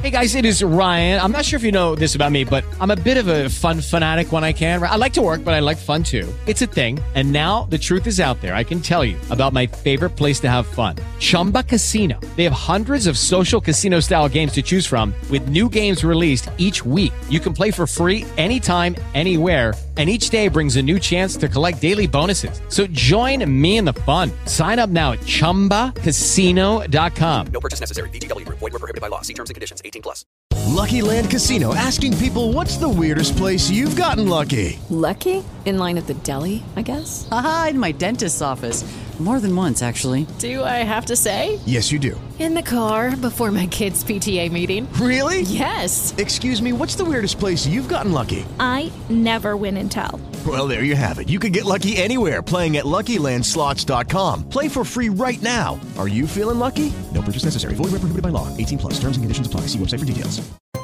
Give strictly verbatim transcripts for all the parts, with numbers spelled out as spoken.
Hey guys, it is Ryan. I'm not sure if you know this about me, but I'm a bit of a fun fanatic when I can. I like to work, but I like fun too. It's a thing. And now the truth is out there. I can tell you about my favorite place to have fun. Chumba Casino. They have hundreds of social casino style games to choose from with new games released each week. You can play for free anytime, anywhere. And each day brings a new chance to collect daily bonuses. So join me in the fun. Sign up now at chumba casino dot com. No purchase necessary. V G W Group. Void where prohibited by law. See terms and conditions. eighteen plus. Lucky Land Casino, asking people, what's the weirdest place you've gotten lucky? Lucky? In line at the deli, I guess? Aha, in my dentist's office. More than once, actually. Do I have to say? Yes, you do. In the car before my kids' P T A meeting. Really? Yes. Excuse me, what's the weirdest place you've gotten lucky? I never win and tell. Well, there you have it. You can get lucky anywhere, playing at Lucky Land Slots dot com. Play for free right now. Are you feeling lucky? No purchase necessary. Void where prohibited by law. eighteen plus. Terms and conditions apply. See website for details.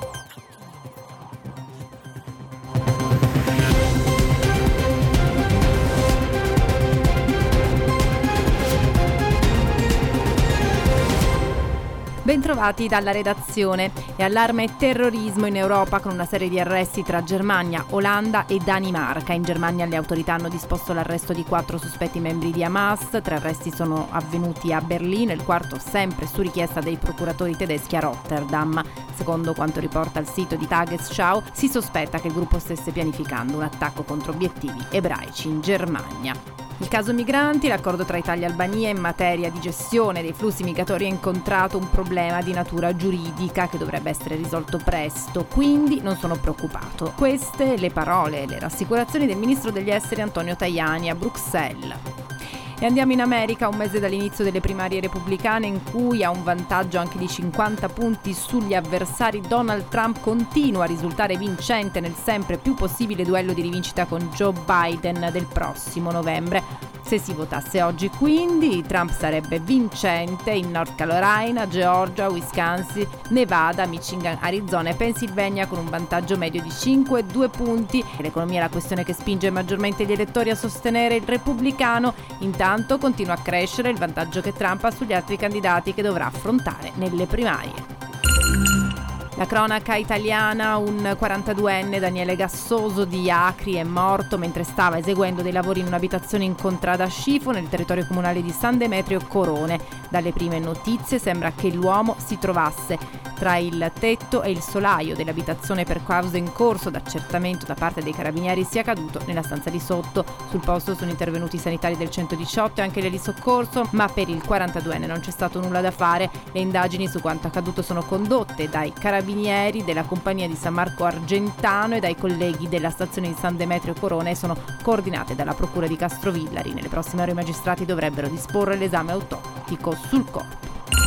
Bentrovati dalla redazione. E allarme e terrorismo in Europa con una serie di arresti tra Germania, Olanda e Danimarca. In Germania le autorità hanno disposto l'arresto di quattro sospetti membri di Hamas. Tre arresti sono avvenuti a Berlino, il quarto sempre su richiesta dei procuratori tedeschi a Rotterdam. Secondo quanto riporta il sito di Tagesschau, si sospetta che il gruppo stesse pianificando un attacco contro obiettivi ebraici in Germania. Il caso migranti, l'accordo tra Italia e Albania in materia di gestione dei flussi migratori ha incontrato un problema di natura giuridica che dovrebbe essere risolto presto, quindi non sono preoccupato. Queste le parole e le rassicurazioni del ministro degli esteri Antonio Tajani a Bruxelles. E andiamo in America, un mese dall'inizio delle primarie repubblicane in cui ha un vantaggio anche di cinquanta punti sugli avversari. Donald Trump continua a risultare vincente nel sempre più possibile duello di rivincita con Joe Biden del prossimo novembre. Se si votasse oggi quindi, Trump sarebbe vincente in North Carolina, Georgia, Wisconsin, Nevada, Michigan, Arizona e Pennsylvania con un vantaggio medio di cinque virgola due punti. L'economia è la questione che spinge maggiormente gli elettori a sostenere il repubblicano. Intanto continua a crescere il vantaggio che Trump ha sugli altri candidati che dovrà affrontare nelle primarie. La cronaca italiana, un quarantaduenne, Daniele Gassoso di Acri, è morto mentre stava eseguendo dei lavori in un'abitazione in contrada Scifo nel territorio comunale di San Demetrio Corone. Dalle prime notizie sembra che l'uomo si trovasse tra il tetto e il solaio dell'abitazione. Per causa in corso d'accertamento da parte dei carabinieri sia caduto nella stanza di sotto. Sul posto sono intervenuti i sanitari del centodiciotto e anche gli soccorso, ma per il quarantaduenne non c'è stato nulla da fare. Le indagini su quanto accaduto sono condotte dai carabinieri della compagnia di San Marco Argentano e dai colleghi della stazione di San Demetrio Corone e sono coordinate dalla procura di Castrovillari. Nelle prossime ore i magistrati dovrebbero disporre l'esame autoptico sul corpo.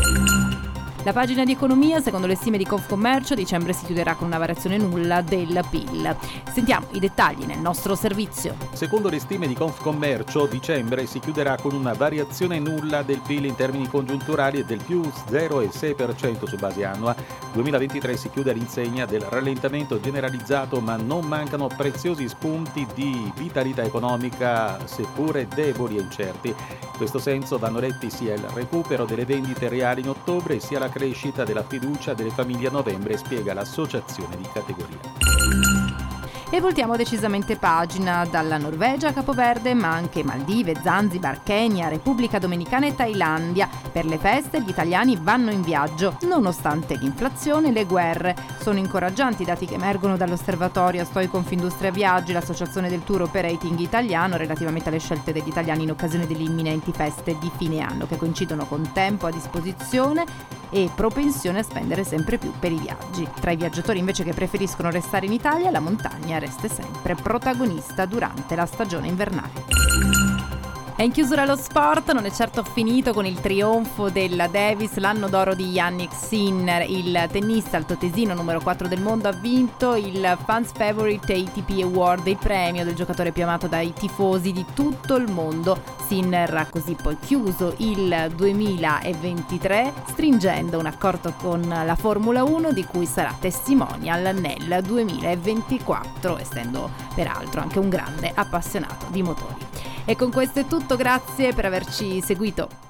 La pagina di economia, secondo le stime di Confcommercio, a dicembre si chiuderà con una variazione nulla del P I L. Sentiamo i dettagli nel nostro servizio. Secondo le stime di Confcommercio, dicembre si chiuderà con una variazione nulla del P I L in termini congiunturali e del più zero virgola sei per cento su base annua. duemilaventitré si chiude all'insegna del rallentamento generalizzato, ma non mancano preziosi spunti di vitalità economica, seppure deboli e incerti. In questo senso vanno letti sia il recupero delle vendite reali in ottobre sia la crescita della fiducia delle famiglie a novembre, spiega l'associazione di categoria. E voltiamo decisamente pagina dalla Norvegia a Capoverde, ma anche Maldive, Zanzibar, Kenya, Repubblica Dominicana e Thailandia. Per le feste gli italiani vanno in viaggio, nonostante l'inflazione e le guerre. Sono incoraggianti i dati che emergono dall'osservatorio Astoi Confindustria Viaggi, l'associazione del tour operating italiano, relativamente alle scelte degli italiani in occasione delle imminenti feste di fine anno, che coincidono con tempo a disposizione e propensione a spendere sempre più per i viaggi. Tra i viaggiatori invece che preferiscono restare in Italia, la montagna resta sempre protagonista durante la stagione invernale. E in chiusura lo sport non è certo finito con il trionfo della Davis, l'anno d'oro di Jannik Sinner. Il tennista altoatesino numero quattro del mondo ha vinto il Fans Favorite A T P Award, il premio del giocatore più amato dai tifosi di tutto il mondo. Sinner ha così poi chiuso il duemilaventitré stringendo un accordo con la Formula uno di cui sarà testimonial nel duemilaventiquattro, essendo peraltro anche un grande appassionato di motori. E con questo è tutto, grazie per averci seguito.